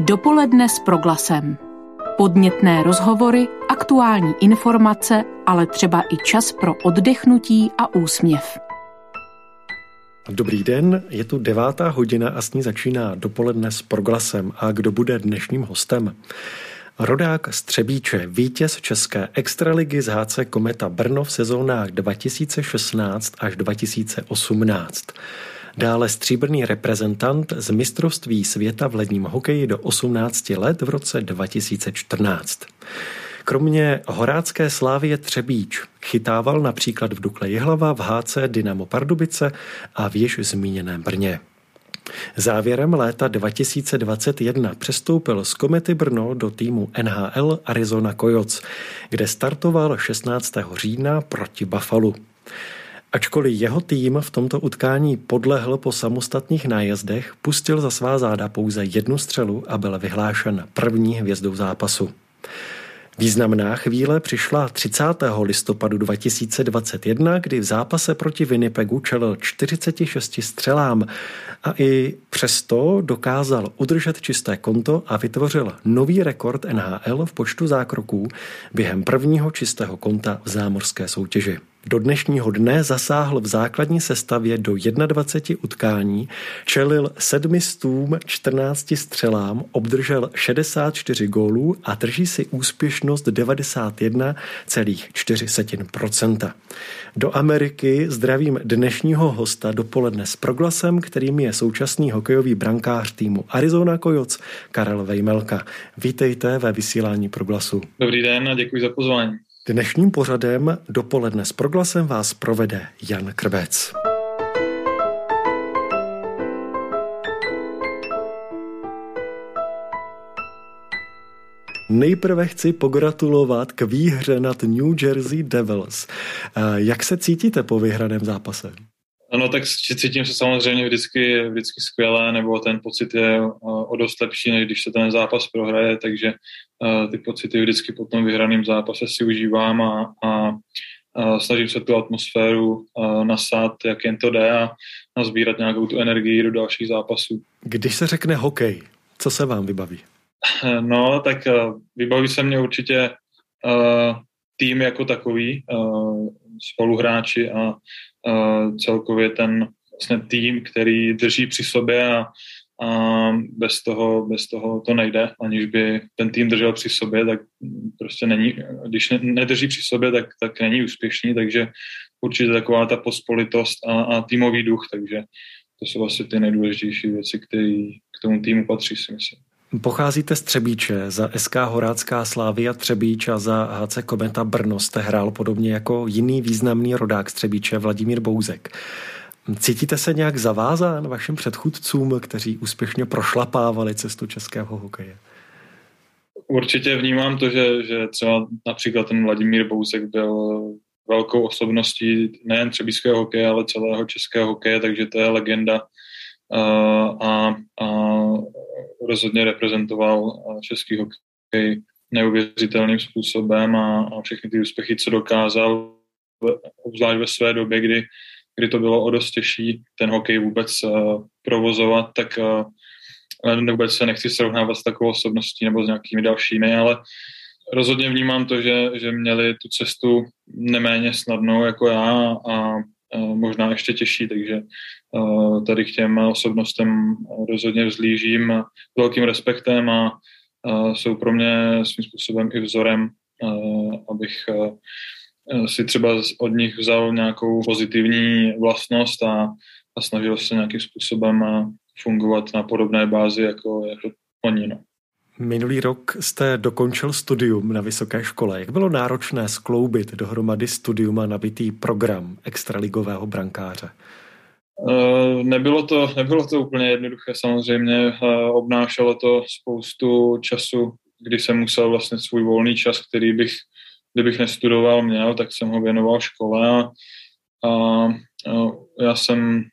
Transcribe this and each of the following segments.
Dopoledne s Proglasem. Podnětné rozhovory, aktuální informace, ale třeba i čas pro oddechnutí a úsměv. Dobrý den, je tu 9:00 a s ní začíná Dopoledne s Proglasem. A kdo bude dnešním hostem? Rodák z Třebíče, vítěz české extraligy z HC Kometa Brno v sezónách 2016 až 2018. Dále stříbrný reprezentant z mistrovství světa v ledním hokeji do 18 let v roce 2014. Kromě horácké Slavie Třebíč chytával například v Dukle Jihlava, v HC Dynamo Pardubice a v již zmíněném Brně. Závěrem léta 2021 přestoupil z Komety Brno do týmu NHL Arizona Coyotes, kde startoval 16. října proti Buffalu. Ačkoliv jeho tým v tomto utkání podlehl po samostatných nájezdech, pustil za svá záda pouze jednu střelu a byl vyhlášen první hvězdou zápasu. Významná chvíle přišla 30. listopadu 2021, kdy v zápase proti Winnipegu čelil 46 střelám a i přesto dokázal udržet čisté konto a vytvořil nový rekord NHL v počtu zákroků během prvního čistého konta v zámořské soutěži. Do dnešního dne zasáhl v základní sestavě do 21 utkání, čelil 714 střelám, obdržel 64 gólů a drží si úspěšnost 91,4%. Do Ameriky zdravím dnešního hosta Dopoledne s Proglasem, kterým je současný hokejový brankář týmu Arizona Coyotes Karel Vejmelka. Vítejte ve vysílání Proglasu. Dobrý den a děkuji za pozvání. Dnešním pořadem Dopoledne s Proglasem vás provede Jan Krbec. Nejprve chci pogratulovat k výhře nad New Jersey Devils. Jak se cítíte po vyhraném zápase? No tak cítím se samozřejmě vždycky skvěle, nebo ten pocit je o dost lepší, než když se ten zápas prohraje, takže ty pocity vždycky po tom vyhraném zápase si užívám a snažím se tu atmosféru nasát, jak jen to jde a nazbírat nějakou tu energii do dalších zápasů. Když se řekne hokej, co se vám vybaví? No, tak vybaví se mě určitě tým jako takový, spoluhráči a celkově ten vlastně tým, který drží při sobě a bez toho to nejde, aniž by ten tým držel při sobě, tak prostě není, když nedrží při sobě, tak není úspěšný, takže určitě taková ta pospolitost a týmový duch, takže to jsou asi ty nejdůležitější věci, které k tomu týmu patří, si myslím. Pocházíte z Třebíče, za SK Horácká Slavia Třebíč a za HC Kometa Brno jste hrál podobně jako jiný významný rodák z Třebíče Vladimír Bouzek. Cítíte se nějak zavázán vašim předchůdcům, kteří úspěšně prošlapávali cestu českého hokeje? Určitě vnímám to, že třeba například ten Vladimír Bouzek byl velkou osobností nejen třebíčského hokeje, ale celého českého hokeje, takže to je legenda a rozhodně reprezentoval český hokej neuvěřitelným způsobem a všechny ty úspěchy, co dokázal, obzvlášť ve své době, kdy to bylo o dost těžší ten hokej vůbec provozovat, tak vůbec se nechci srovnávat s takovou osobností nebo s nějakými dalšími, ale rozhodně vnímám to, že měli tu cestu neméně snadnou jako já a možná ještě těžší, takže tady k těm osobnostem rozhodně vzlížím velkým respektem a jsou pro mě svým způsobem i vzorem, abych si třeba od nich vzal nějakou pozitivní vlastnost a snažil se nějakým způsobem fungovat na podobné bázi jako oni. No. Minulý rok jste dokončil studium na vysoké škole. Jak bylo náročné skloubit dohromady studium a nabitý program extraligového brankáře? Nebylo to úplně jednoduché samozřejmě. Obnášelo to spoustu času, kdy jsem musel vlastně svůj volný čas, který kdybych nestudoval měl, tak jsem ho věnoval škole a já jsem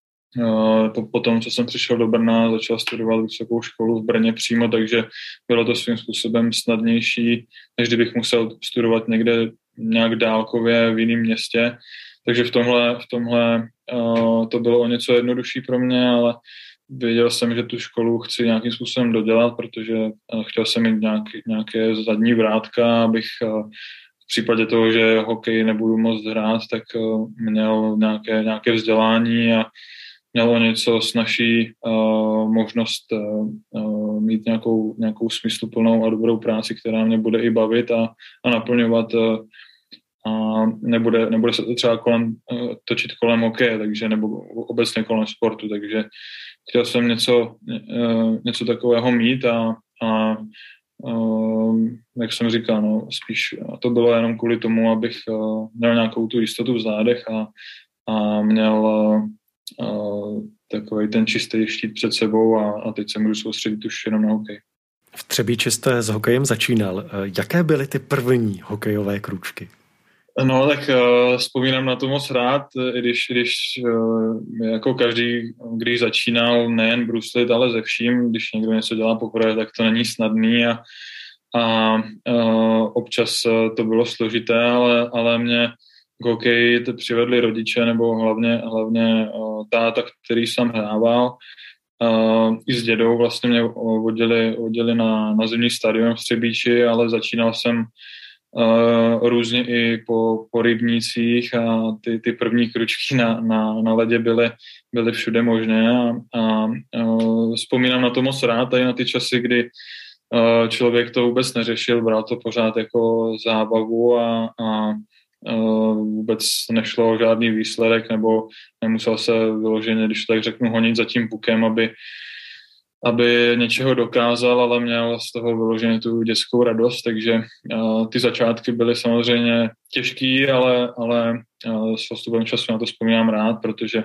po tom, co jsem přišel do Brna, začal studovat vysokou školu v Brně přímo, takže bylo to svým způsobem snadnější, než kdybych musel studovat někde nějak dálkově v jiném městě. Takže v tomhle to bylo o něco jednodušší pro mě, ale věděl jsem, že tu školu chci nějakým způsobem dodělat, protože chtěl jsem mít nějaké zadní vrátka, abych v případě toho, že hokej nebudu moc hrát, tak měl nějaké vzdělání a měl o něco snazší možnost mít nějakou smysluplnou a dobrou práci, která mě bude i bavit a naplňovat a nebude se to třeba točit kolem hokeje, takže nebo obecně kolem sportu, takže chtěl jsem něco takového mít a jak jsem říkal, no, spíš to bylo jenom kvůli tomu, abych měl nějakou tu jistotu v zádech a měl takový ten čistý štít před sebou a teď se můžu soustředit už jenom na hokej. V Třebíči jste s hokejem začínal. Jaké byly ty první hokejové krůčky? No, tak vzpomínám na to moc rád, i když jako každý, když začínal nejen bruslit, ale ze vším, když někdo něco dělá poprvé, tak to není snadný a občas to bylo složité, ale mě k hokeji přivedli rodiče, nebo hlavně táta, který jsem hrával. I s dědou vlastně mě vodili na zimní stadion v Třebíči, ale začínal jsem různě i po rybnících a ty první kručky na ledě byly všude možné a vzpomínám na to moc rád, tady na ty časy, kdy člověk to vůbec neřešil, bral to pořád jako zábavu a vůbec nešlo o žádný výsledek nebo nemusel se vyloženě, když tak řeknu, honit za tím pukem, aby něčeho dokázal, ale měl z toho vyloženě tu dětskou radost, takže ty začátky byly samozřejmě těžký, ale s postupem času na to vzpomínám rád, protože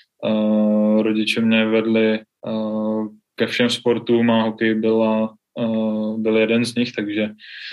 rodiče mě vedli ke všem sportům a hokej byl jeden z nich, takže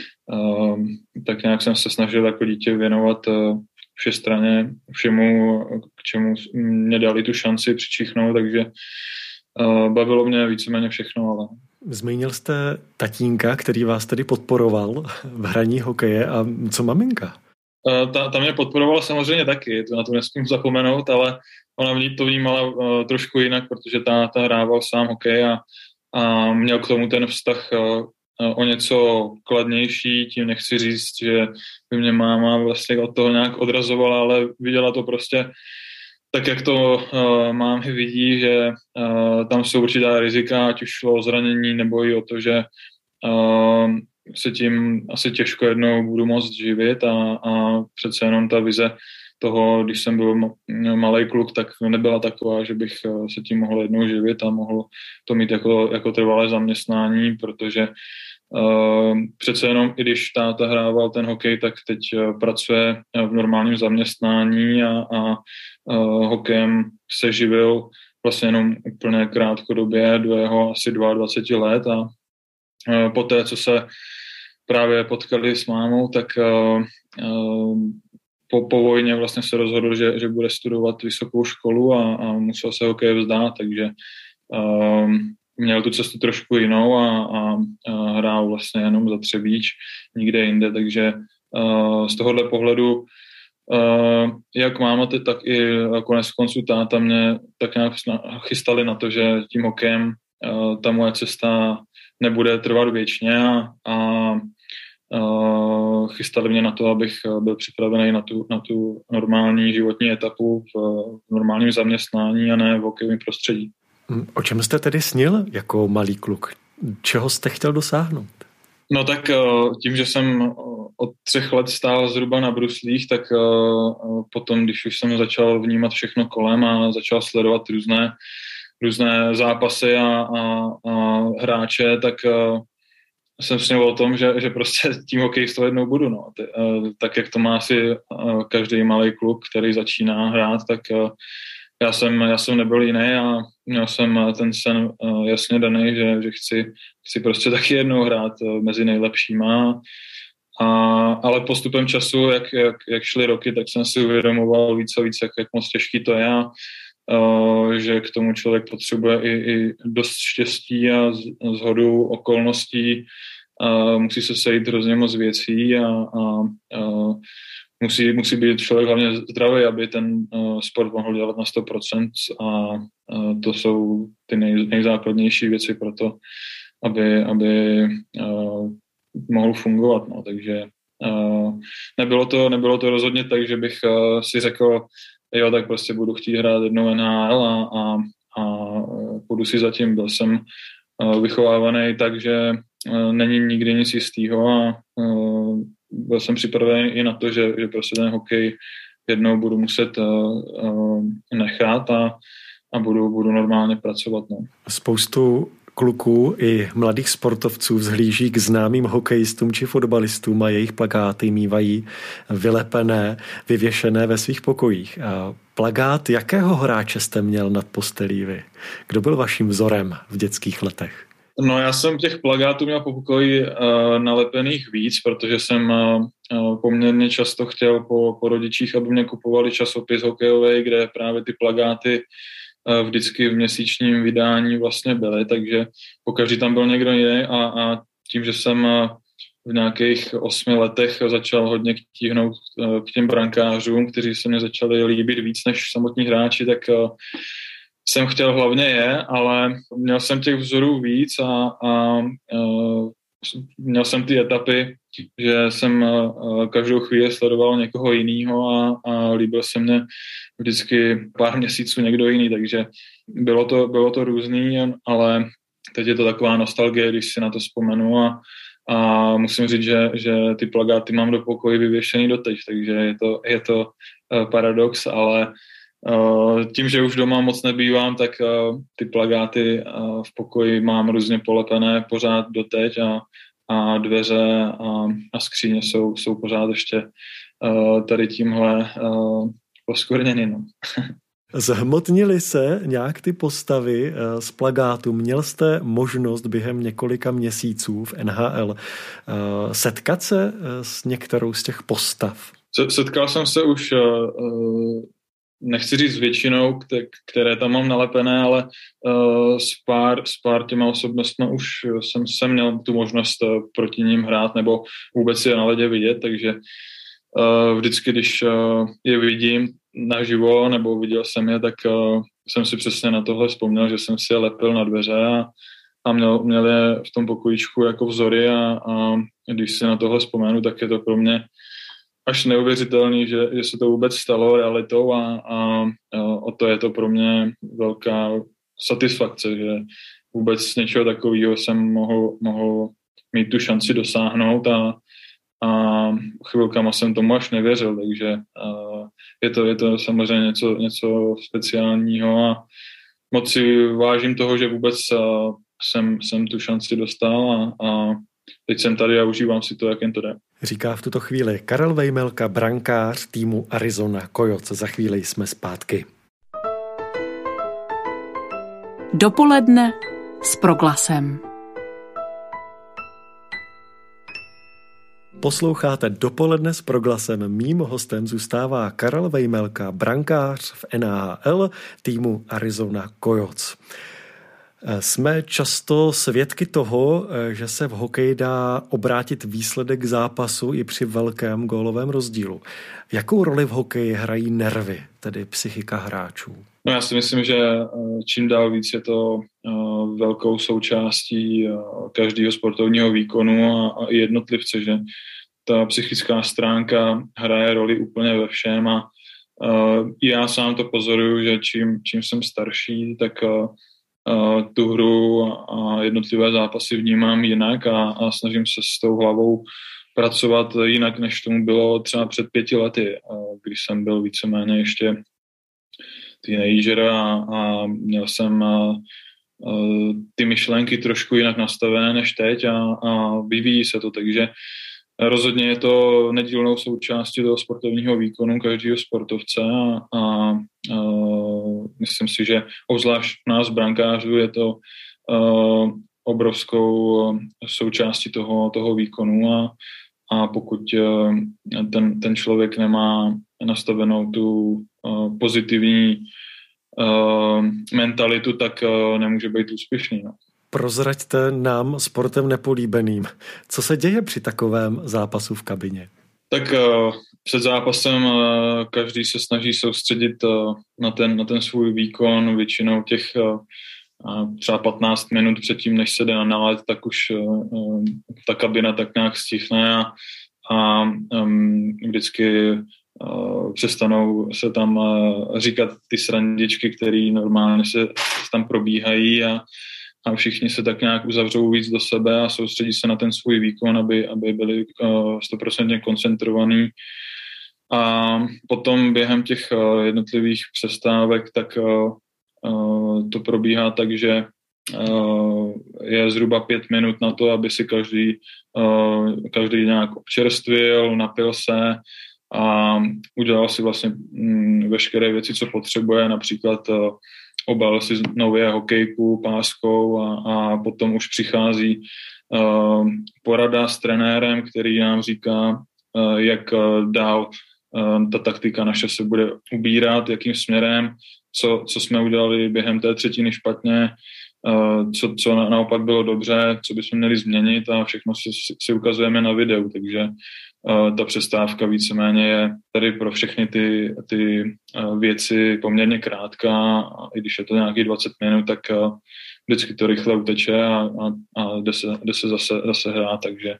tak nějak jsem se snažil jako dítě věnovat všestranně všemu, k čemu mě dali tu šanci přičichnout, takže bavilo mě víceméně všechno, ale... Zmínil jste tatínka, který vás tedy podporoval v hraní hokeje, a co maminka? Ta mě podporovala samozřejmě taky, to na to nesmím zapomenout, ale ona to vnímala trošku jinak, protože táta hrával sám hokej a měl k tomu ten vztah o něco kladnější, tím nechci říct, že by mě máma vlastně od toho nějak odrazovala, ale viděla to prostě tak, jak to mámy vidí, že tam jsou určitá rizika, ať už šlo o zranění nebo i o to, že se tím asi těžko jednou budu moct živit a přece jenom ta vize toho, když jsem byl malej kluk, tak nebyla taková, že bych se tím mohl jednou živit a mohl to mít jako trvalé zaměstnání, protože přece jenom, i když táta hrával ten hokej, tak teď pracuje v normálním zaměstnání a hokejem se živil vlastně jenom úplně krátkodobě do jeho asi 22 let a poté, co se právě potkali s mámou, tak po vojně vlastně se rozhodl, že bude studovat vysokou školu a musel se hokej vzdát, takže měl tu cestu trošku jinou a hrál vlastně jenom za Třebíč, nikde jinde, takže z tohohle pohledu jak máma, tak i konec konců táta mě tak nějak chystali na to, že tím hokejem ta moje cesta nebude trvat věčně a chystali mě na to, abych byl připravený na tu normální životní etapu v normálním zaměstnání a ne v hokejovém prostředí. O čem jste tedy snil jako malý kluk? Čeho jste chtěl dosáhnout? No tak tím, že jsem od 3 let stál zhruba na bruslích, tak potom, když už jsem začal vnímat všechno kolem a začal sledovat různé zápasy a hráče, tak jsem snil o tom, že prostě tím hokejistou jednou budu. No. Tak jak to má asi každý malý kluk, který začíná hrát, tak já jsem nebyl jiný a měl jsem ten sen jasně daný, že chci prostě taky jednou hrát mezi nejlepšíma. Ale postupem času, jak šly roky, tak jsem si uvědomoval víc a víc, jak moc těžký to je a že k tomu člověk potřebuje i dost štěstí a shodu okolností. Musí se sejít hrozně moc věcí a musí být člověk hlavně zdravý, aby ten sport mohl dělat na 100% a to jsou ty nejzákladnější věci pro to, aby mohl fungovat. No. Takže nebylo to rozhodně tak, že bych si řekl, jo, tak prostě budu chtít hrát jednou NHL a půjdu si zatím. Byl jsem vychovávaný tak, že není nikdy nic jistýho a byl jsem připravený i na to, že prostě ten hokej jednou budu muset nechat a budu normálně pracovat. No. Spoustu kluků i mladých sportovců vzhlíží k známým hokejistům či fotbalistům a jejich plakáty mívají vylepené, vyvěšené ve svých pokojích. A plakát jakého hráče jste měl nad postelí vy? Kdo byl vaším vzorem v dětských letech? No já jsem těch plakátů měl po pokoji nalepených víc, protože jsem poměrně často chtěl po rodičích, aby mě kupovali časopis hokejový, kde právě ty plakáty vždycky v měsíčním vydání vlastně byly, takže pokaždý tam byl někdo jiný a tím, že jsem v nějakých 8 letech začal hodně tíhnout k těm brankářům, kteří se mi začali líbit víc než samotní hráči, tak jsem chtěl hlavně je, ale měl jsem těch vzorů víc a měl jsem ty etapy, že jsem každou chvíli sledoval někoho jiného a líbil se mně vždycky pár měsíců někdo jiný, takže bylo to různý, ale teď je to taková nostalgie, když si na to vzpomenu a musím říct, že ty plakáty mám do pokoji vyvěšený doteď, takže je to paradox, ale tím, že už doma moc nebývám, tak ty plakáty v pokoji mám různě polepené pořád doteď a dveře a skříně jsou pořád ještě tady tímhle poskvrněny. No. Zhmotnily se nějak ty postavy z plakátu? Měl jste možnost během několika měsíců v NHL setkat se s některou z těch postav? Setkal jsem se už, nechci říct většinou, které tam mám nalepené, ale s pár těma osobnostmi už jsem měl tu možnost proti ním hrát nebo vůbec je na ledě vidět, takže vždycky, když je vidím naživo nebo viděl jsem je, tak jsem si přesně na tohle vzpomněl, že jsem si je lepil na dveře a měl je v tom pokojíčku jako vzory a když si na tohle vzpomenu, tak je to pro mě až neuvěřitelný, že se to vůbec stalo realitou a o to je to pro mě velká satisfakce, že vůbec něčeho takového jsem mohl mít tu šanci dosáhnout a chvilkama jsem tomu až nevěřil, takže je to samozřejmě něco speciálního a moc si vážím toho, že vůbec jsem tu šanci dostal a teď jsem tady a užívám si to, jak jen to jde. Říká v tuto chvíli Karel Vejmelka, brankář týmu Arizona Coyotes. Za chvíli jsme zpátky. Dopoledne s Proglasem. Posloucháte Dopoledne s Proglasem. Mým hostem zůstává Karel Vejmelka, brankář v NHL týmu Arizona Coyotes. Jsme často svědky toho, že se v hokeji dá obrátit výsledek zápasu i při velkém gólovém rozdílu. Jakou roli v hokeji hrají nervy, tedy psychika hráčů? No já si myslím, že čím dál víc je to velkou součástí každého sportovního výkonu a i jednotlivce, že ta psychická stránka hraje roli úplně ve všem a já sám to pozoruju, že čím jsem starší, tak tu hru a jednotlivé zápasy vnímám jinak a snažím se s tou hlavou pracovat jinak, než tomu bylo třeba před 5 lety, když jsem byl víceméně ještě teenager a měl jsem ty myšlenky trošku jinak nastavené než teď a vyvíjí se to, takže rozhodně je to nedílnou součástí toho sportovního výkonu každého sportovce a myslím si, že obzvlášť nás brankářů je to obrovskou součástí toho výkonu a pokud ten člověk nemá nastavenou tu pozitivní mentalitu, tak nemůže být úspěšný. No. Prozraďte nám sportem nepolíbeným. Co se děje při takovém zápasu v kabině? Tak Před zápasem každý se snaží soustředit na ten svůj výkon, většinou těch třeba 15 minut předtím, než se jde na let, tak už ta kabina tak nějak stihne a vždycky přestanou se tam říkat ty srandičky, které normálně se tam probíhají a všichni se tak nějak uzavřou víc do sebe a soustředí se na ten svůj výkon, aby byli 100% koncentrovaní. A potom během těch jednotlivých přestávek tak to probíhá tak, že je zhruba 5 minut na to, aby si každý nějak občerstvil, napil se a udělal si vlastně veškeré věci, co potřebuje, například obal si nově hokejku páskou a potom už přichází porada s trenérem, který nám říká, jak dál ta taktika naše se bude ubírat, jakým směrem, co jsme udělali během té třetiny špatně, co naopak bylo dobře, co bychom měli změnit a všechno si ukazujeme na videu, takže ta přestávka víceméně je tady pro všechny ty věci poměrně krátká a i když je to nějakých 20 minut, tak vždycky to rychle uteče a jde se zase hrát, takže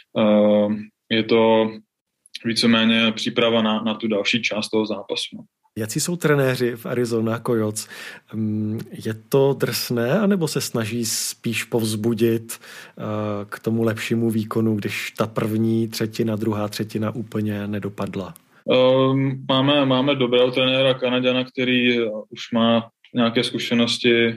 je to víceméně příprava na tu další část toho zápasu. Jací jsou trenéři v Arizona Coyotes? Je to drsné, anebo se snaží spíš povzbudit k tomu lepšímu výkonu, když ta první třetina, druhá třetina úplně nedopadla? Máme dobrého trenéra Kanaďana, který už má nějaké zkušenosti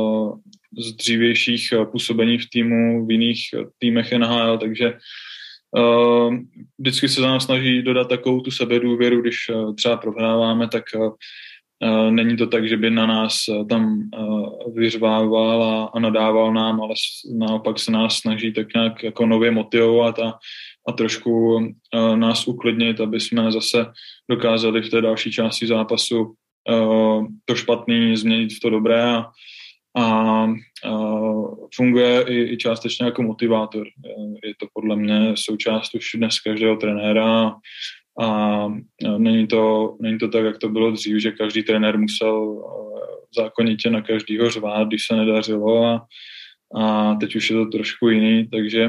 z dřívějších působení v týmu, v jiných týmech NHL, takže vždycky se nám snaží dodat takovou tu sebedůvěru, když třeba prohráváme, tak není to tak, že by na nás tam vyřvával a nadával nám, ale naopak se nás snaží tak nějak jako nově motivovat a trošku nás uklidnit, aby jsme zase dokázali v té další části zápasu to špatný změnit v to dobré a funguje i částečně jako motivátor. Je to podle mě součást už dnes každého trenéra a není to tak, jak to bylo dřív, že každý trenér musel zákonitě na každýho řvát, když se nedařilo a teď už je to trošku jiný, takže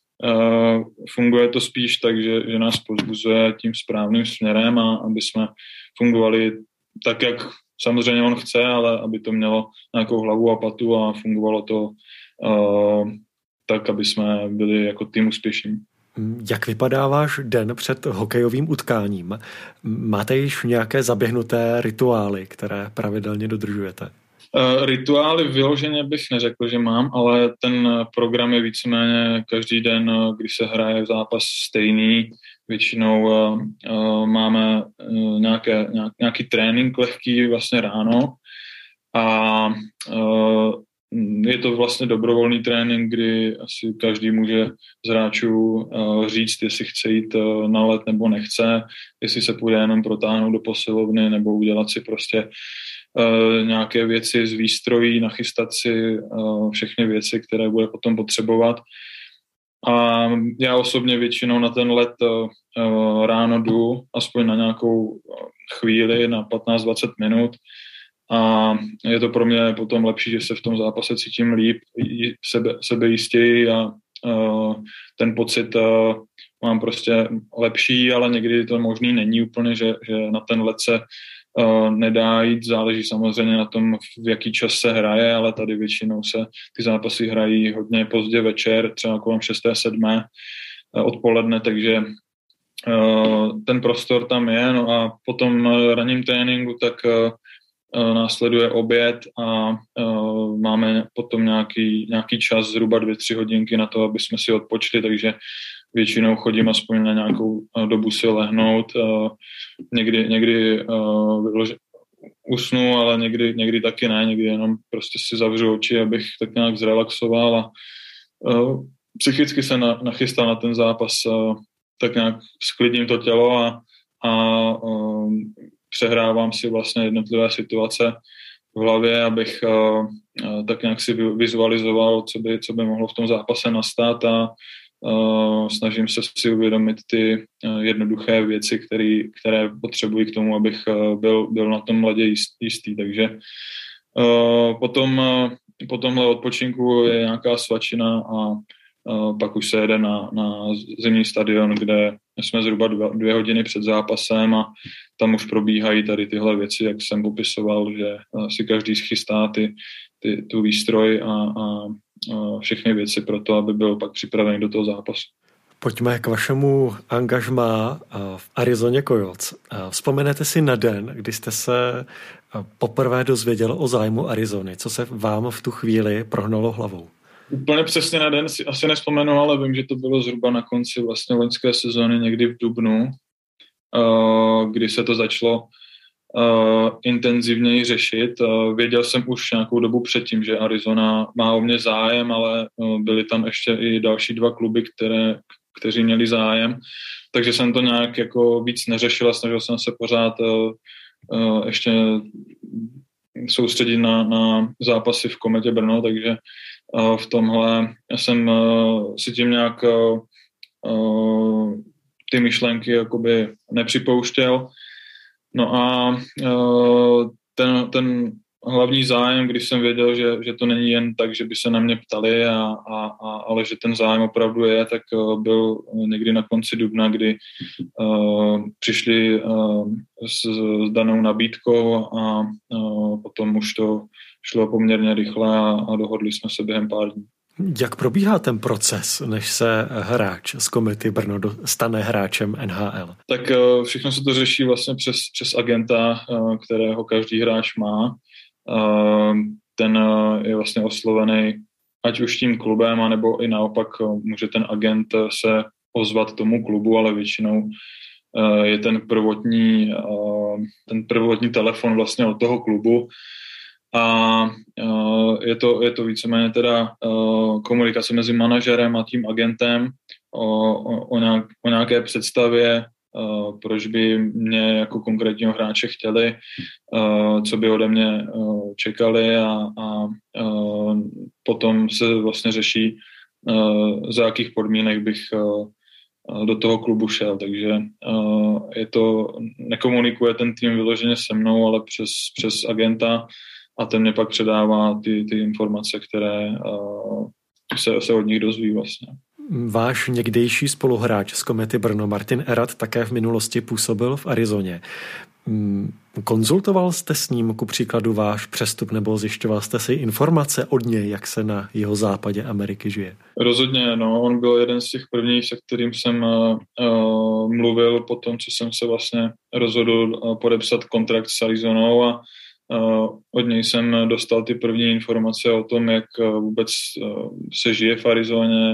funguje to spíš tak, že nás pozbuzuje tím správným směrem a aby jsme fungovali tak, jak samozřejmě on chce, ale aby to mělo nějakou hlavu a patu a fungovalo to tak, aby jsme byli jako tým úspěšní. Jak vypadá váš den před hokejovým utkáním? Máte již nějaké zaběhnuté rituály, které pravidelně dodržujete? Rituály vyloženě bych neřekl, že mám, ale ten program je víceméně každý den, když se hraje zápas stejný. Většinou máme nějaký trénink lehký vlastně ráno a je to vlastně dobrovolný trénink, kdy asi každý může z hráčů říct, jestli chce jít na let nebo nechce, jestli se půjde jenom protáhnout do posilovny nebo udělat si prostě nějaké věci z výstrojí, nachystat si všechny věci, které bude potom potřebovat. A já osobně většinou na ten let ráno jdu, aspoň na nějakou chvíli, na 15-20 minut. A je to pro mě potom lepší, že se v tom zápase cítím líp, sebejistěji a ten pocit mám prostě lepší, ale někdy to možný není úplně, že na ten let se nedá jít, záleží samozřejmě na tom, v jaký čas se hraje, ale tady většinou se ty zápasy hrají hodně pozdě večer, třeba kolem 6. 7. odpoledne, takže ten prostor tam je, no a po tom ranním tréninku tak následuje oběd a máme potom nějaký čas, zhruba 2-3 hodinky na to, aby jsme si odpočli, takže většinou chodím aspoň na nějakou dobu si lehnout. Někdy usnu, ale někdy taky ne, někdy jenom prostě si zavřu oči, abych tak nějak zrelaxoval a psychicky se nachystal na ten zápas, tak nějak sklidním to tělo a přehrávám si vlastně jednotlivé situace v hlavě, abych tak nějak si vizualizoval, co by mohlo v tom zápase nastat a snažím se si uvědomit ty jednoduché věci, které potřebuji k tomu, abych byl na tom ledě jistý. Takže po tomhle odpočinku je nějaká svačina a pak už se jede na zimní stadion, kde jsme zhruba 2 hodiny před zápasem a tam už probíhají tady tyhle věci, jak jsem popisoval, že si každý schystá tu výstroj a všechny věci pro to, aby byl pak připravený do toho zápasu. Pojďme k vašemu angažmá v Arizoně Coyotes. Vzpomenete si na den, kdy jste se poprvé dozvěděl o zájmu Arizony. Co se vám v tu chvíli prohnalo hlavou? Úplně přesně na den si asi nespomenu, ale vím, že to bylo zhruba na konci vlastně loňské sezóny, někdy v dubnu, kdy se to začalo intenzivněji řešit. Věděl jsem už nějakou dobu předtím, že Arizona má o mě zájem, ale byly tam ještě i další 2 kluby, kteří měli zájem, takže jsem to nějak jako víc neřešil a snažil jsem se pořád ještě soustředit na zápasy v Kometě Brno, takže v tomhle jsem si tím nějak ty myšlenky jakoby nepřipouštěl. No a ten hlavní zájem, když jsem věděl, že to není jen tak, že by se na mě ptali, ale že ten zájem opravdu je, tak byl někdy na konci dubna, kdy přišli s danou nabídkou a potom už to šlo poměrně rychle a dohodli jsme se během pár dní. Jak probíhá ten proces, než se hráč z Komety Brno stane hráčem NHL? Tak všechno se to řeší vlastně přes agenta, kterého každý hráč má. Ten je vlastně oslovený ať už tím klubem, anebo i naopak může ten agent se ozvat tomu klubu, ale většinou je ten prvotní telefon vlastně od toho klubu. A je to víceméně teda komunikace mezi manažerem a tím agentem o nějaké představě, proč by mě jako konkrétního hráče chtěli, co by ode mě čekali a potom se vlastně řeší, za jakých podmínek bych do toho klubu šel, takže nekomunikuje ten tým vyloženě se mnou, ale přes agenta a ten mě pak předává ty informace, které se od nich dozví vlastně. Váš někdejší spoluhráč z Komety Brno Martin Erat také v minulosti působil v Arizoně. Konzultoval jste s ním ku příkladu váš přestup nebo zjišťoval jste si informace od něj, jak se na jeho západě Ameriky žije? Rozhodně, no. On byl jeden z těch prvních, se kterým jsem mluvil po tom, co jsem se vlastně rozhodl podepsat kontrakt s Arizonou a od něj jsem dostal ty první informace o tom, jak vůbec se žije v Arizoně,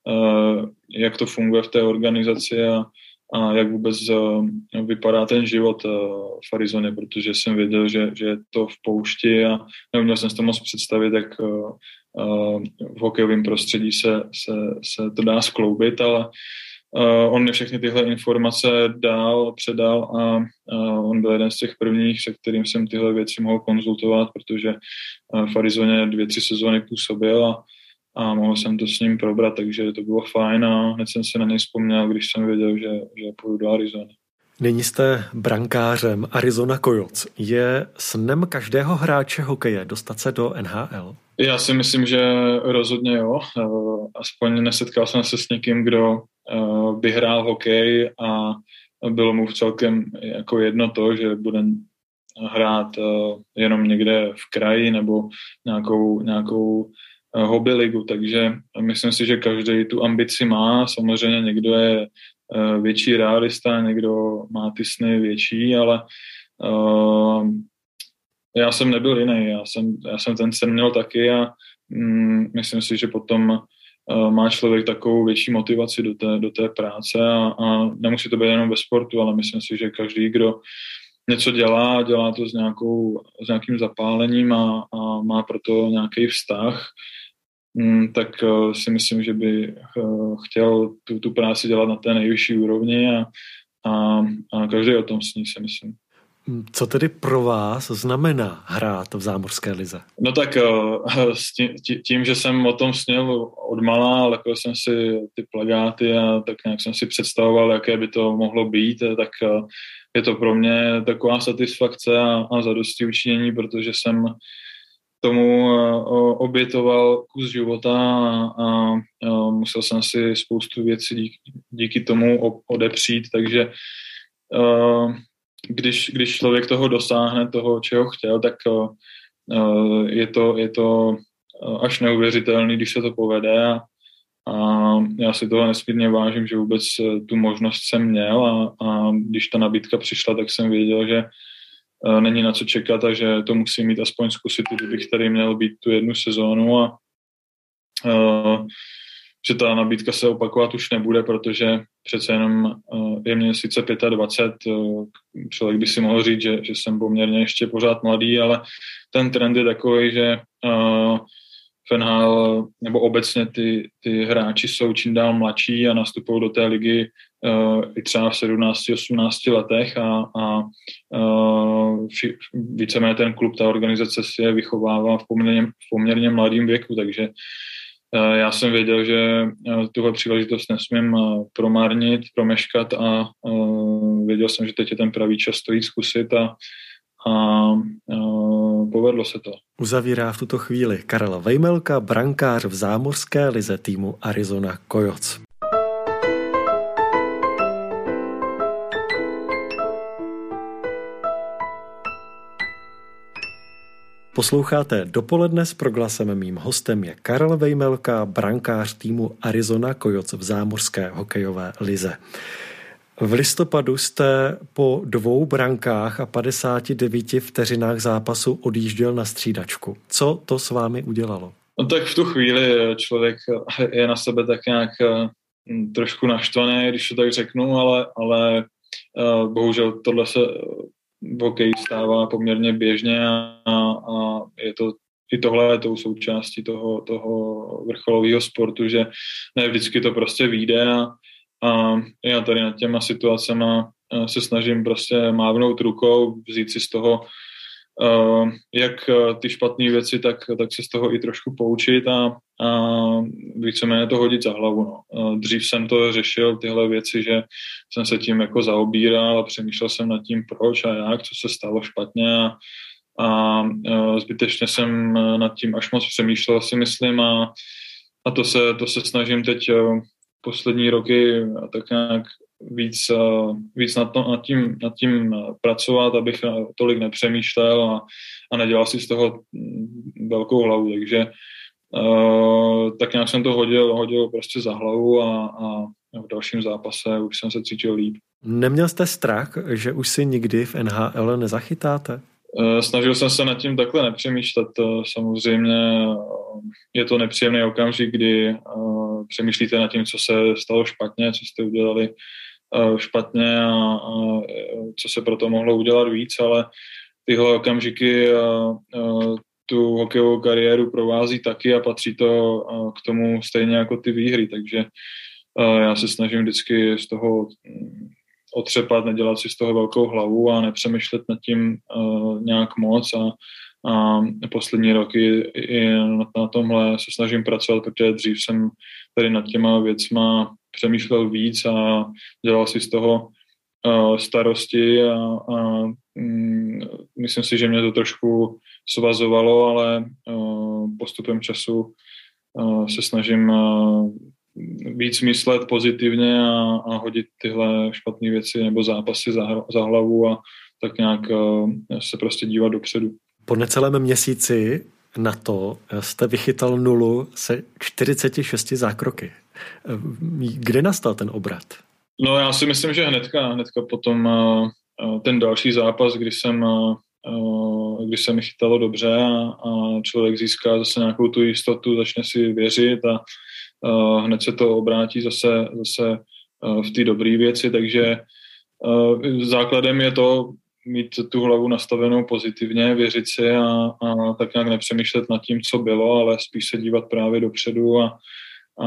jak to funguje v té organizaci a jak vůbec vypadá ten život v Arizoně, protože jsem věděl, že je to v poušti a neuměl jsem si to moc představit, jak v hokejovém prostředí se to dá skloubit, ale on mě všechny tyhle informace předal a on byl jeden z těch prvních, se kterým jsem tyhle věci mohl konzultovat, protože v Arizoně 2-3 sezóny působil a mohl jsem to s ním probrat, takže to bylo fajn a hned jsem se na něj vzpomněl, když jsem věděl, že půjdu do Arizony. Nyní jste brankářem Arizona Coyotes. Je snem každého hráče hokeje dostat se do NHL? Já si myslím, že rozhodně jo. Aspoň nesetkal jsem se s někým, kdo by hrál hokej a bylo mu celkem jako jedno to, že bude hrát jenom někde v kraji nebo nějakou hobby ligu, takže myslím si, že každý tu ambici má. Samozřejmě někdo je větší realista, někdo má ty sny větší, ale já jsem nebyl jiný. Já jsem ten sen měl taky a myslím si, že potom má člověk takovou větší motivaci do té práce a nemusí to být jenom ve sportu, ale myslím si, že každý, kdo něco dělá to s nějakým zapálením a má proto nějaký vztah, tak si myslím, že by chtěl tu práci dělat na té nejvyšší úrovni a každý o tom sní, si myslím. Co tedy pro vás znamená hrát v zámořské lize? No tak tím, že jsem o tom snil odmala, lepil jsem si ty plakáty a tak nějak jsem si představoval, jaké by to mohlo být, tak je to pro mě taková satisfakce a zadostiučinění, protože jsem tomu obětoval kus života a musel jsem si spoustu věcí díky tomu odepřít, takže když člověk toho dosáhne, toho, čeho chtěl, tak je to až neuvěřitelný, když se to povede a já si toho nesmírně vážím, že vůbec tu možnost jsem měl a když ta nabídka přišla, tak jsem věděl, že není na co čekat a že to musím mít aspoň zkusit, kdybych tady měl být tu jednu sezónu a že ta nabídka se opakovat už nebude, protože přece jenom je mě sice 25, člověk by si mohl říct, že jsem poměrně ještě pořád mladý, ale ten trend je takový, že v NHL nebo obecně ty hráči jsou čím dál mladší a nastupují do té ligy i třeba v 17-18 letech a víceméně ten klub, ta organizace si je vychovává v poměrně mladém věku, takže já jsem věděl, že tuhle příležitost nesmím promeškat a věděl jsem, že teď je ten pravý čas to jít zkusit a povedlo se to. Uzavírá v tuto chvíli Karel Vejmelka, brankář v zámořské lize týmu Arizona Coyotes. Posloucháte Dopoledne s Proglasem. Mým hostem je Karel Vejmelka, brankář týmu Arizona Coyotes v zámořské hokejové lize. V listopadu jste po 2 brankách a 59 vteřinách zápasu odjížděl na střídačku. Co to s vámi udělalo? No tak v tu chvíli člověk je na sebe tak nějak trošku naštvaný, když to tak řeknu, ale bohužel tohle se v hokeji stává poměrně běžně a je to i tohle je tou součástí toho vrcholového sportu, že ne vždycky to prostě vyjde a já tady nad těma situacema se snažím prostě mávnout rukou, vzít si z toho jak ty špatné věci, tak se z toho i trošku poučit a víceméně to hodit za hlavu. No. Dřív jsem to řešil, tyhle věci, že jsem se tím jako zaobíral a přemýšlel jsem nad tím proč a jak, co se stalo špatně a zbytečně jsem nad tím až moc přemýšlel, si myslím a to se snažím teď poslední roky tak nějak víc nad tím pracovat, abych tolik nepřemýšlel a nedělal si z toho velkou hlavu, takže tak nějak jsem to hodil prostě za hlavu a v dalším zápase už jsem se cítil líp. Neměl jste strach, že už si nikdy v NHL nezachytáte? Snažil jsem se nad tím takhle nepřemýšlet. Samozřejmě je to nepříjemný okamžik, kdy přemýšlíte nad tím, co se stalo špatně, co jste udělali špatně a co se proto mohlo udělat víc, ale tyhle okamžiky tu hokejovou kariéru provází taky a patří to k tomu stejně jako ty výhry, takže já se snažím vždycky z toho otřepat, nedělat si z toho velkou hlavu a nepřemýšlet nad tím nějak moc a poslední roky i na tomhle se snažím pracovat, protože dřív jsem tady nad těma věcma přemýšlel víc a dělal si z toho starosti a myslím si, že mě to trošku svazovalo, ale postupem času se snažím víc myslet pozitivně a hodit tyhle špatné věci nebo zápasy za hlavu a tak nějak se prostě dívat dopředu. Po necelém měsíci na to jste vychytal 0 se 46 zákroky. Kde nastal ten obrat? No já si myslím, že hnedka potom ten další zápas, kdy se mi chytalo dobře a člověk získá zase nějakou tu jistotu, začne si věřit a hned se to obrátí zase v té dobré věci, takže základem je to mít tu hlavu nastavenou pozitivně, věřit si a tak nějak nepřemýšlet nad tím, co bylo, ale spíš se dívat právě dopředu a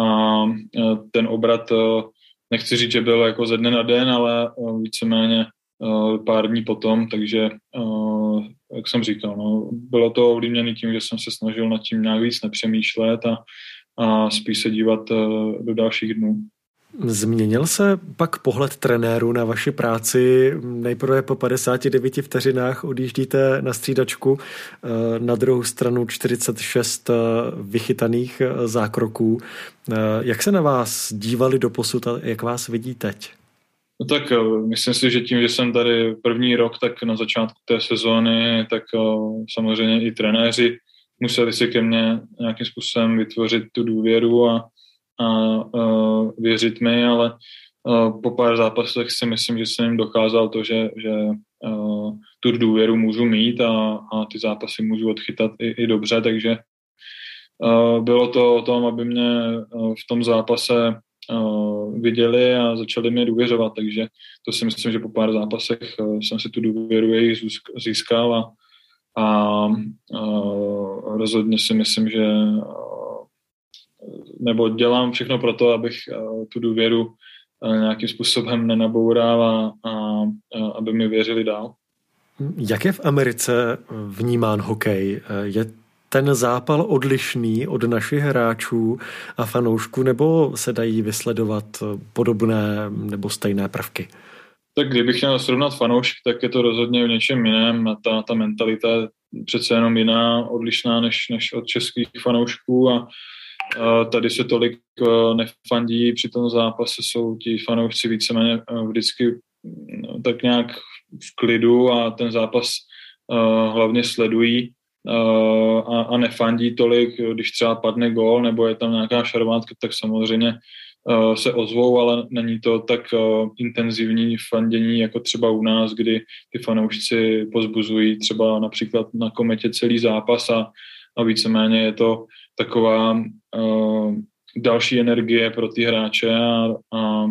ten obrat, nechci říct, že byl jako ze dne na den, ale víceméně pár dní potom, takže jak jsem říkal, no, bylo to ovlivněné tím, že jsem se snažil nad tím nějak víc nepřemýšlet a spíš se dívat do dalších dnů. Změnil se pak pohled trenéru na vaši práci? Nejprve po 59 vteřinách odjíždíte na střídačku, na druhou stranu 46 vychytaných zákroků. Jak se na vás dívali doposud a jak vás vidí teď? No tak myslím si, že tím, že jsem tady první rok, tak na začátku té sezóny, tak samozřejmě i trenéři museli si ke mně nějakým způsobem vytvořit tu důvěru a věřit mi, ale po pár zápasech si myslím, že jsem jim dokázal to, že tu důvěru můžu mít a ty zápasy můžu odchytat i dobře, takže bylo to o tom, aby mě v tom zápase viděli a začali mi důvěřovat, takže to si myslím, že po pár zápasech jsem si tu důvěru jejich získal a rozhodně si myslím, že nebo dělám všechno pro to, abych tu důvěru nějakým způsobem nenaboural a aby mi věřili dál. Jak je v Americe vnímán hokej? Je ten zápal odlišný od našich hráčů a fanoušků, nebo se dají vysledovat podobné nebo stejné prvky? Tak kdybych měl srovnat fanoušky, tak je to rozhodně v něčem jiném. Ta mentalita je přece jenom jiná, odlišná než od českých fanoušků a tady se tolik nefandí, při tom zápase jsou ti fanoušci víceméně vždycky tak nějak v klidu a ten zápas hlavně sledují a nefandí tolik, když třeba padne gól nebo je tam nějaká šarvátka, tak samozřejmě se ozvou, ale není to tak intenzivní fandění jako třeba u nás, kdy ty fanoušci pozbuzují třeba například na Kometě celý zápas a víceméně je to taková další energie pro ty hráče a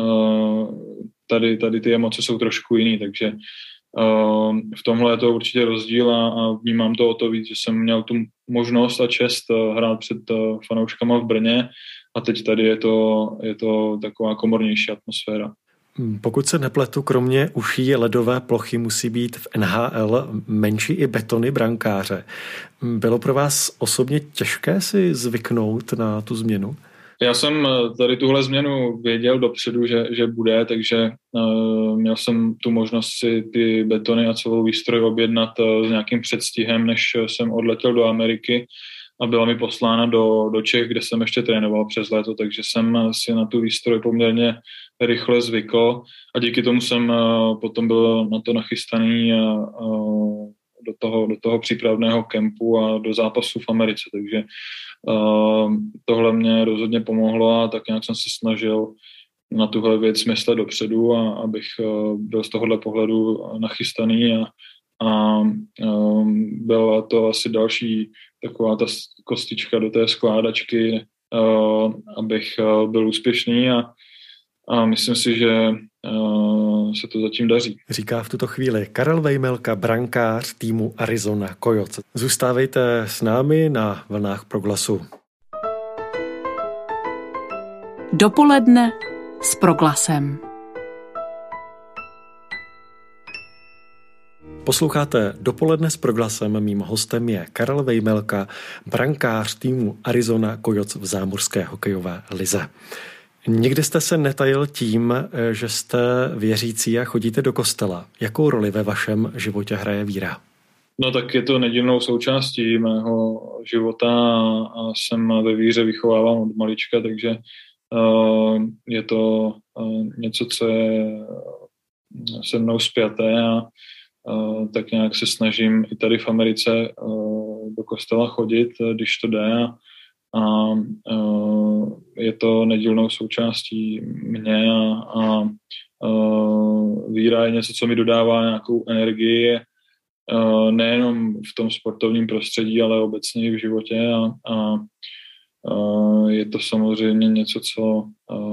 tady ty emoce jsou trošku jiný, takže v tomhle je to určitě rozdíl a vnímám to o to víc, že jsem měl tu možnost a čest hrát před fanouškama v Brně a teď tady je to taková komornější atmosféra. Pokud se nepletu, kromě uší ledové plochy musí být v NHL menší i betony brankáře. Bylo pro vás osobně těžké si zvyknout na tu změnu? Já jsem tady tuhle změnu věděl dopředu, že bude, takže měl jsem tu možnost si ty betony a celou výstroj objednat s nějakým předstihem, než jsem odletěl do Ameriky a byla mi poslána do Čech, kde jsem ještě trénoval přes léto, takže jsem si na tu výstroj poměrně rychle zvykl a díky tomu jsem potom byl na to nachystaný do toho přípravného kempu a do zápasu v Americe, takže tohle mě rozhodně pomohlo a tak nějak jsem se snažil na tuhle věc myslet dopředu a abych byl z tohohle pohledu nachystaný a byla to asi další taková ta kostička do té skládačky, abych byl úspěšný a myslím si, že se to zatím daří. Říká v tuto chvíli Karel Vejmelka, brankář týmu Arizona Coyotes. Zůstávejte s námi na vlnách Proglasu. Dopoledne s Proglasem. Posloucháte Dopoledne s Proglasem. Mým hostem je Karel Vejmelka, brankář týmu Arizona Coyotes v zámořské hokejové lize. Nikdy jste se netajil tím, že jste věřící a chodíte do kostela. Jakou roli ve vašem životě hraje víra? No tak je to nedílnou součástí mého života a jsem ve víře vychovávám od malička, takže je to něco, co je se mnou spjaté a tak nějak se snažím i tady v Americe do kostela chodit, když to jde a je to nedílnou součástí mě a víra je něco, co mi dodává nějakou energii nejenom v tom sportovním prostředí, ale obecně i v životě a je to samozřejmě něco, co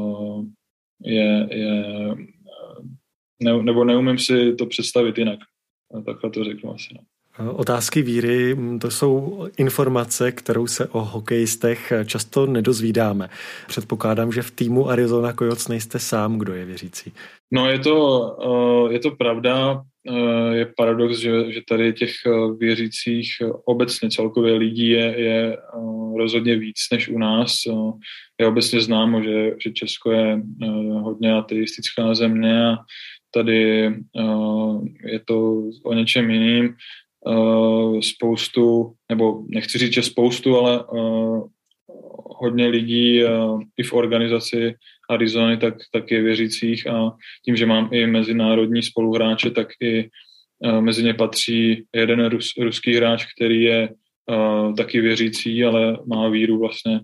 je nebo neumím si to představit jinak. Takhle to řeknu asi. No. Otázky víry, to jsou informace, kterou se o hokejistech často nedozvídáme. Předpokládám, že v týmu Arizona Coyotes nejste sám, kdo je věřící. No je to pravda. Je paradox, že tady těch věřících obecně celkově lidí je rozhodně víc než u nás. Je obecně známo, že Česko je hodně ateistická země a tady je to o něčem jiným. Spoustu, nebo nechci říct, že spoustu, ale hodně lidí i v organizaci Arizony tak je věřících a tím, že mám i mezinárodní spoluhráče, tak i mezi ně patří jeden ruský hráč, který je taky věřící, ale má víru vlastně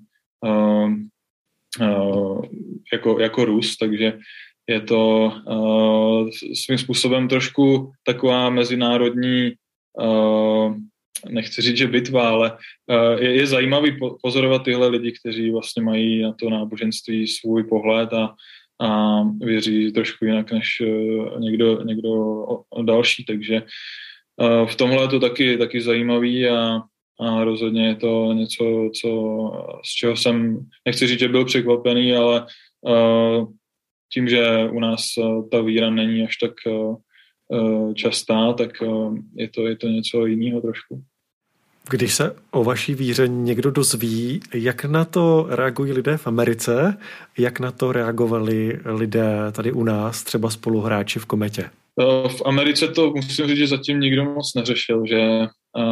jako Rus, takže je to svým způsobem trošku taková mezinárodní, nechci říct, že bitva, ale je zajímavý pozorovat tyhle lidi, kteří vlastně mají na to náboženství svůj pohled a věří trošku jinak než někdo další, takže v tomhle je to taky zajímavý a rozhodně je to něco, z čeho jsem, nechci říct, že byl překvapený, ale tím, že u nás ta víra není až tak častá, tak je to něco jiného trošku. Když se o vaší víře někdo dozví, jak na to reagují lidé v Americe, jak na to reagovali lidé tady u nás, třeba spoluhráči v Kometě? V Americe to musím říct, že zatím nikdo moc neřešil, že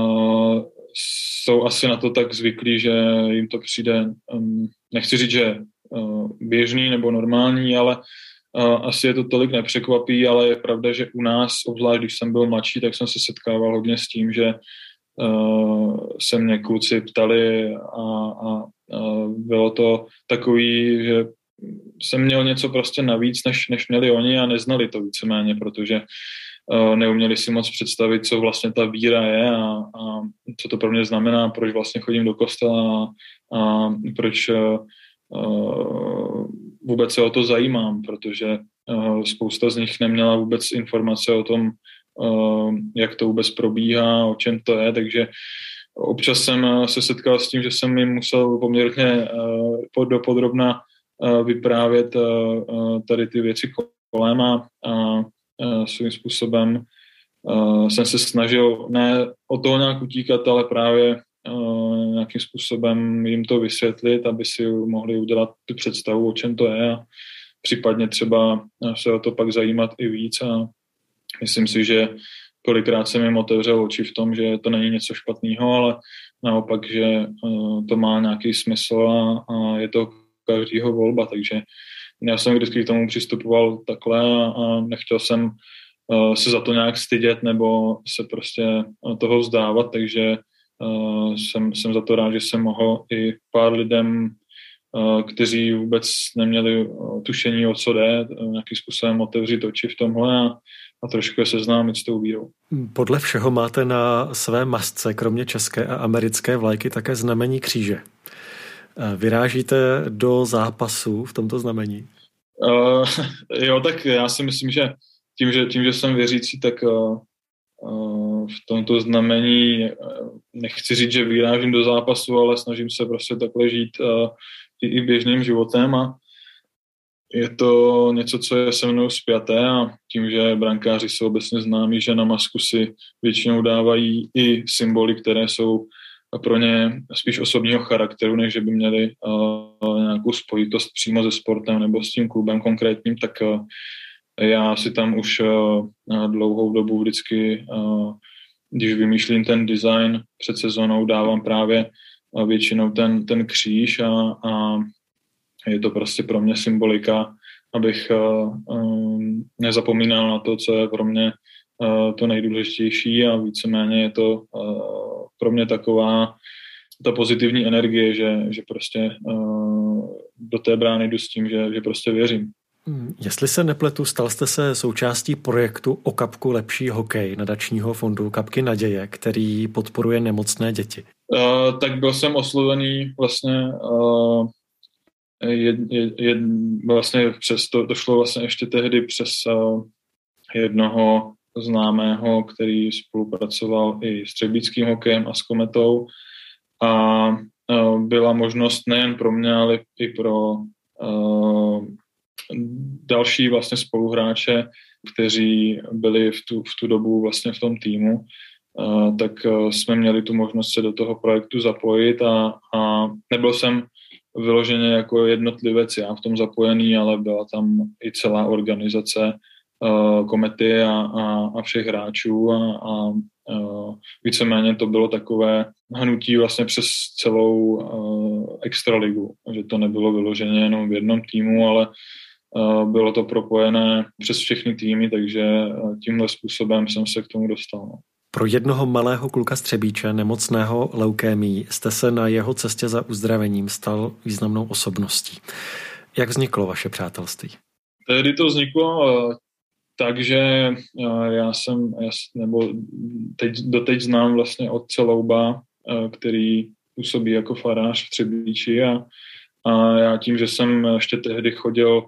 jsou asi na to tak zvyklí, že jim to přijde, nechci říct, že běžný nebo normální, ale asi je to tolik nepřekvapí, ale je pravda, že u nás, obzvlášť když jsem byl mladší, tak jsem se setkával hodně s tím, že se mě kluci ptali a bylo to takový, že jsem měl něco prostě navíc, než měli oni a neznali to víceméně, protože neuměli si moc představit, co vlastně ta víra je a co to pro mě znamená, proč vlastně chodím do kostela a proč vůbec se o to zajímám, protože spousta z nich neměla vůbec informace o tom, jak to vůbec probíhá, o čem to je, takže občas jsem se setkal s tím, že jsem jim musel poměrně dopodrobna vyprávět tady ty věci kolem a svým způsobem jsem se snažil ne od toho nějak utíkat, ale právě nějakým způsobem jim to vysvětlit, aby si mohli udělat tu představu, o čem to je a případně třeba se o to pak zajímat i víc a myslím si, že kolikrát jsem jim otevřel oči v tom, že to není něco špatného, ale naopak, že to má nějaký smysl a je to každýho volba, takže já jsem vždycky k tomu přistupoval takhle a nechtěl jsem se za to nějak stydět nebo se prostě toho vzdávat, takže jsem za to rád, že jsem mohl i pár lidem, kteří vůbec neměli tušení, o co jde, nějakým způsobem otevřít oči v tomhle a trošku je seznámit s tou vírou. Podle všeho máte na své masce, kromě české a americké vlajky, také znamení kříže. Vyrážíte do zápasu v tomto znamení? Jo, tak já si myslím, že tím, že jsem věřící, tak v tomto znamení nechci říct, že vyrážím do zápasu, ale snažím se prostě takhle žít i běžným životem a je to něco, co je se mnou spjaté a tím, že brankáři jsou obecně známí, že na masku si většinou dávají i symboly, které jsou pro ně spíš osobního charakteru, než že by měli nějakou spojitost přímo se sportem nebo s tím klubem konkrétním, tak já si tam už dlouhou dobu vždycky, když vymýšlím ten design před sezónou, dávám právě většinou ten kříž a je to prostě pro mě symbolika, abych nezapomínal na to, co je pro mě to nejdůležitější a víceméně je to pro mě taková ta pozitivní energie, že prostě do té brány jdu s tím, že prostě věřím. Jestli se nepletu, stal jste se součástí projektu O kapku lepší hokej nadačního fondu Kapky naděje, který podporuje nemocné děti. Tak byl jsem oslovený vlastně vlastně přes to šlo vlastně ještě tehdy přes jednoho známého, který spolupracoval i s třebíčským hokejem a s Kometou. A byla možnost nejen pro mě, ale i pro další vlastně spoluhráče, kteří byli v tu dobu vlastně v tom týmu, tak jsme měli tu možnost se do toho projektu zapojit a nebyl jsem vyloženě jako jednotlivec já v tom zapojený, ale byla tam i celá organizace Komety a všech hráčů a víceméně to bylo takové hnutí vlastně přes celou extraligu, že to nebylo vyloženě jenom v jednom týmu, ale bylo to propojené přes všechny týmy, takže tímhle způsobem jsem se k tomu dostal. No. Pro jednoho malého kluka z Třebíče, nemocného leukémií, jste se na jeho cestě za uzdravením stal významnou osobností. Jak vzniklo vaše přátelství? Tehdy to vzniklo takže já doteď znám vlastně otce Louba, který působí jako farář v Třebíči a já tím, že jsem ještě tehdy chodil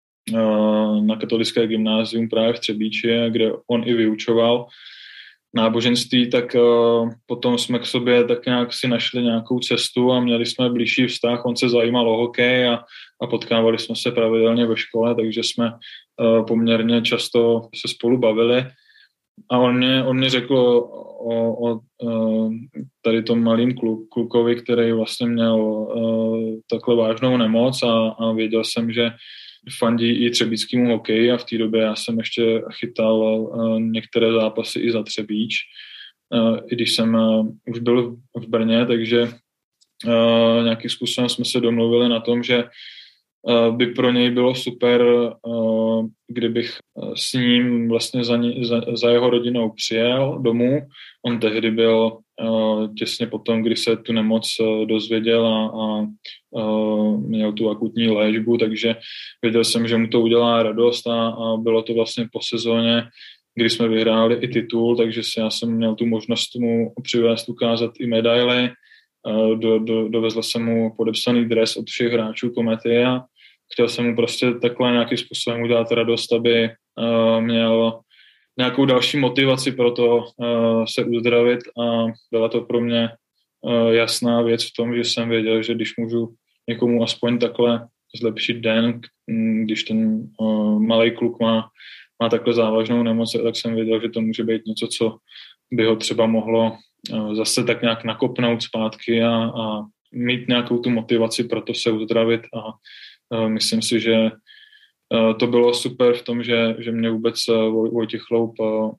na katolické gymnázium právě v Třebíči, kde on i vyučoval náboženství, tak potom jsme k sobě tak nějak si našli nějakou cestu a měli jsme blížší vztah. On se zajímal o hokej a potkávali jsme se pravidelně ve škole, takže jsme poměrně často se spolu bavili. A on mě řekl o tady tom malým klukovi, který vlastně měl takhle vážnou nemoc a věděl jsem, že fandí i třebíčskému hokeji a v té době já jsem ještě chytal některé zápasy i za Třebíč, i když jsem už byl v Brně, takže nějakým způsobem jsme se domluvili na tom, že by pro něj bylo super, kdybych s ním vlastně za jeho rodinou přijel domů. On tehdy byl těsně potom, kdy se tu nemoc dozvěděl a měl tu akutní léčbu, takže věděl jsem, že mu to udělá radost a bylo to vlastně po sezóně, kdy jsme vyhráli i titul, takže já jsem měl tu možnost mu přivést, ukázat i medaily. Dovezl jsem mu podepsaný dres od všech hráčů Komety a chtěl jsem mu prostě takhle nějakým způsobem udělat radost, aby měl nějakou další motivaci pro to se uzdravit a byla to pro mě jasná věc v tom, že jsem věděl, že když můžu někomu aspoň takhle zlepšit den, když ten malý kluk má takhle závažnou nemoc, tak jsem věděl, že to může být něco, co by ho třeba mohlo zase tak nějak nakopnout zpátky a mít nějakou tu motivaci pro to se uzdravit a myslím si, že to bylo super v tom, že mě vůbec Vojtěch Loub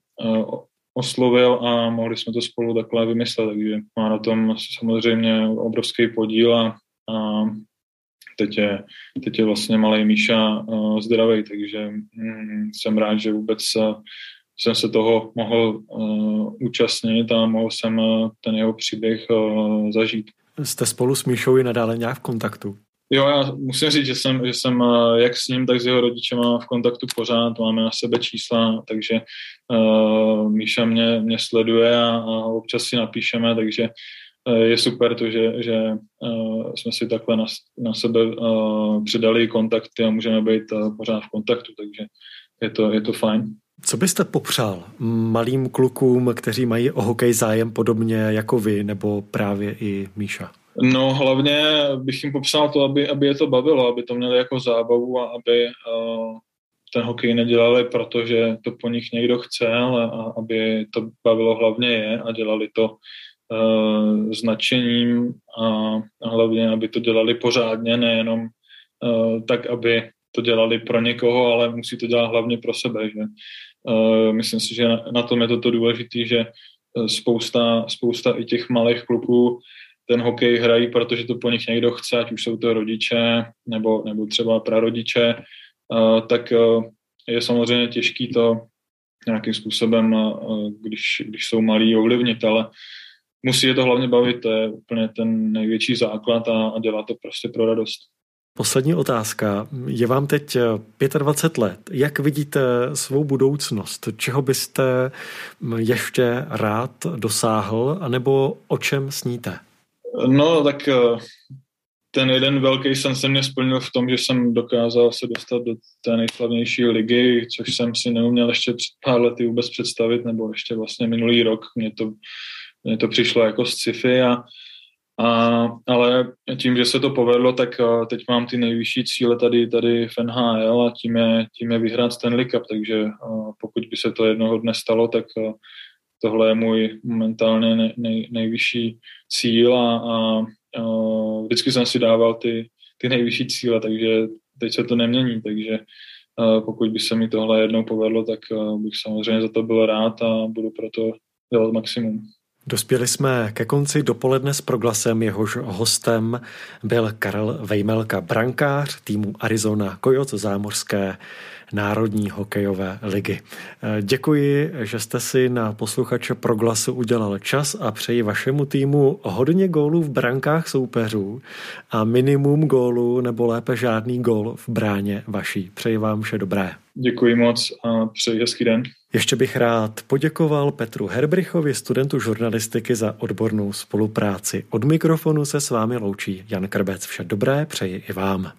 oslovil a mohli jsme to spolu takhle vymyslet, takže má na tom samozřejmě obrovský podíl a teď je vlastně malej Míša zdravý, takže jsem rád, že vůbec jsem se toho mohl účastnit a mohl jsem ten jeho příběh zažít. Jste spolu s Míšou i nadále nějak v kontaktu? Jo, já musím říct, že jsem jak s ním, tak s jeho rodičema v kontaktu pořád, máme na sebe čísla, takže Míša mě sleduje a občas si napíšeme, takže je super to, že jsme si takhle na sebe předali kontakty a můžeme být pořád v kontaktu, takže je to fajn. Co byste popřál malým klukům, kteří mají o hokej zájem podobně jako vy, nebo právě i Míša? No hlavně bych jim popsal to, aby je to bavilo, aby to měli jako zábavu a aby ten hokej nedělali, protože to po nich někdo chce, ale aby to bavilo hlavně je a dělali to s nadšením a hlavně, aby to dělali pořádně, nejenom tak, aby to dělali pro někoho, ale musí to dělat hlavně pro sebe. Že? Myslím si, že na tom je to důležité, že spousta i těch malých kluků ten hokej hrají, protože to po nich někdo chce, ať už jsou to rodiče nebo třeba prarodiče, tak je samozřejmě těžký to nějakým způsobem, když jsou malí, ovlivnit, ale musí je to hlavně bavit, to je úplně ten největší základ a dělat to prostě pro radost. Poslední otázka. Je vám teď 25 let. Jak vidíte svou budoucnost? Čeho byste ještě rád dosáhl, anebo o čem sníte? No, tak ten jeden velký sen se mě splnil v tom, že jsem dokázal se dostat do té nejslavnější ligy, což jsem si neuměl ještě před pár lety vůbec představit, nebo ještě vlastně minulý rok mně to přišlo jako sci-fi, ale tím, že se to povedlo, tak teď mám ty nejvyšší cíle tady v NHL a tím je vyhrát Stanley Cup, takže pokud by se to jednoho dne stalo, tak tohle je můj momentálně nejvyšší cíl a vždycky jsem si dával ty nejvyšší cíle, takže teď se to nemění, takže pokud by se mi tohle jednou povedlo, tak bych samozřejmě za to byl rád a budu pro to dělat maximum. Dospěli jsme ke konci dopoledne s Proglasem, jehož hostem byl Karel Vejmelka, brankář týmu Arizona Coyotes zámořské národní hokejové ligy. Děkuji, že jste si na posluchače Proglasu udělal čas a přeji vašemu týmu hodně gólů v brankách soupeřů a minimum gólů nebo lépe žádný gól v bráně vaší. Přeji vám vše dobré. Děkuji moc a přeji hezký den. Ještě bych rád poděkoval Petru Herbrichovi, studentu žurnalistiky, za odbornou spolupráci. Od mikrofonu se s vámi loučí Jan Krbec. Vše dobré přeji i vám.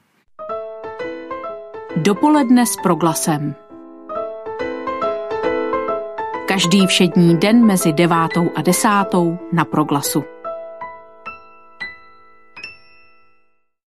Dopoledne s Proglasem. Každý všední den mezi 9. a 10. na Proglasu.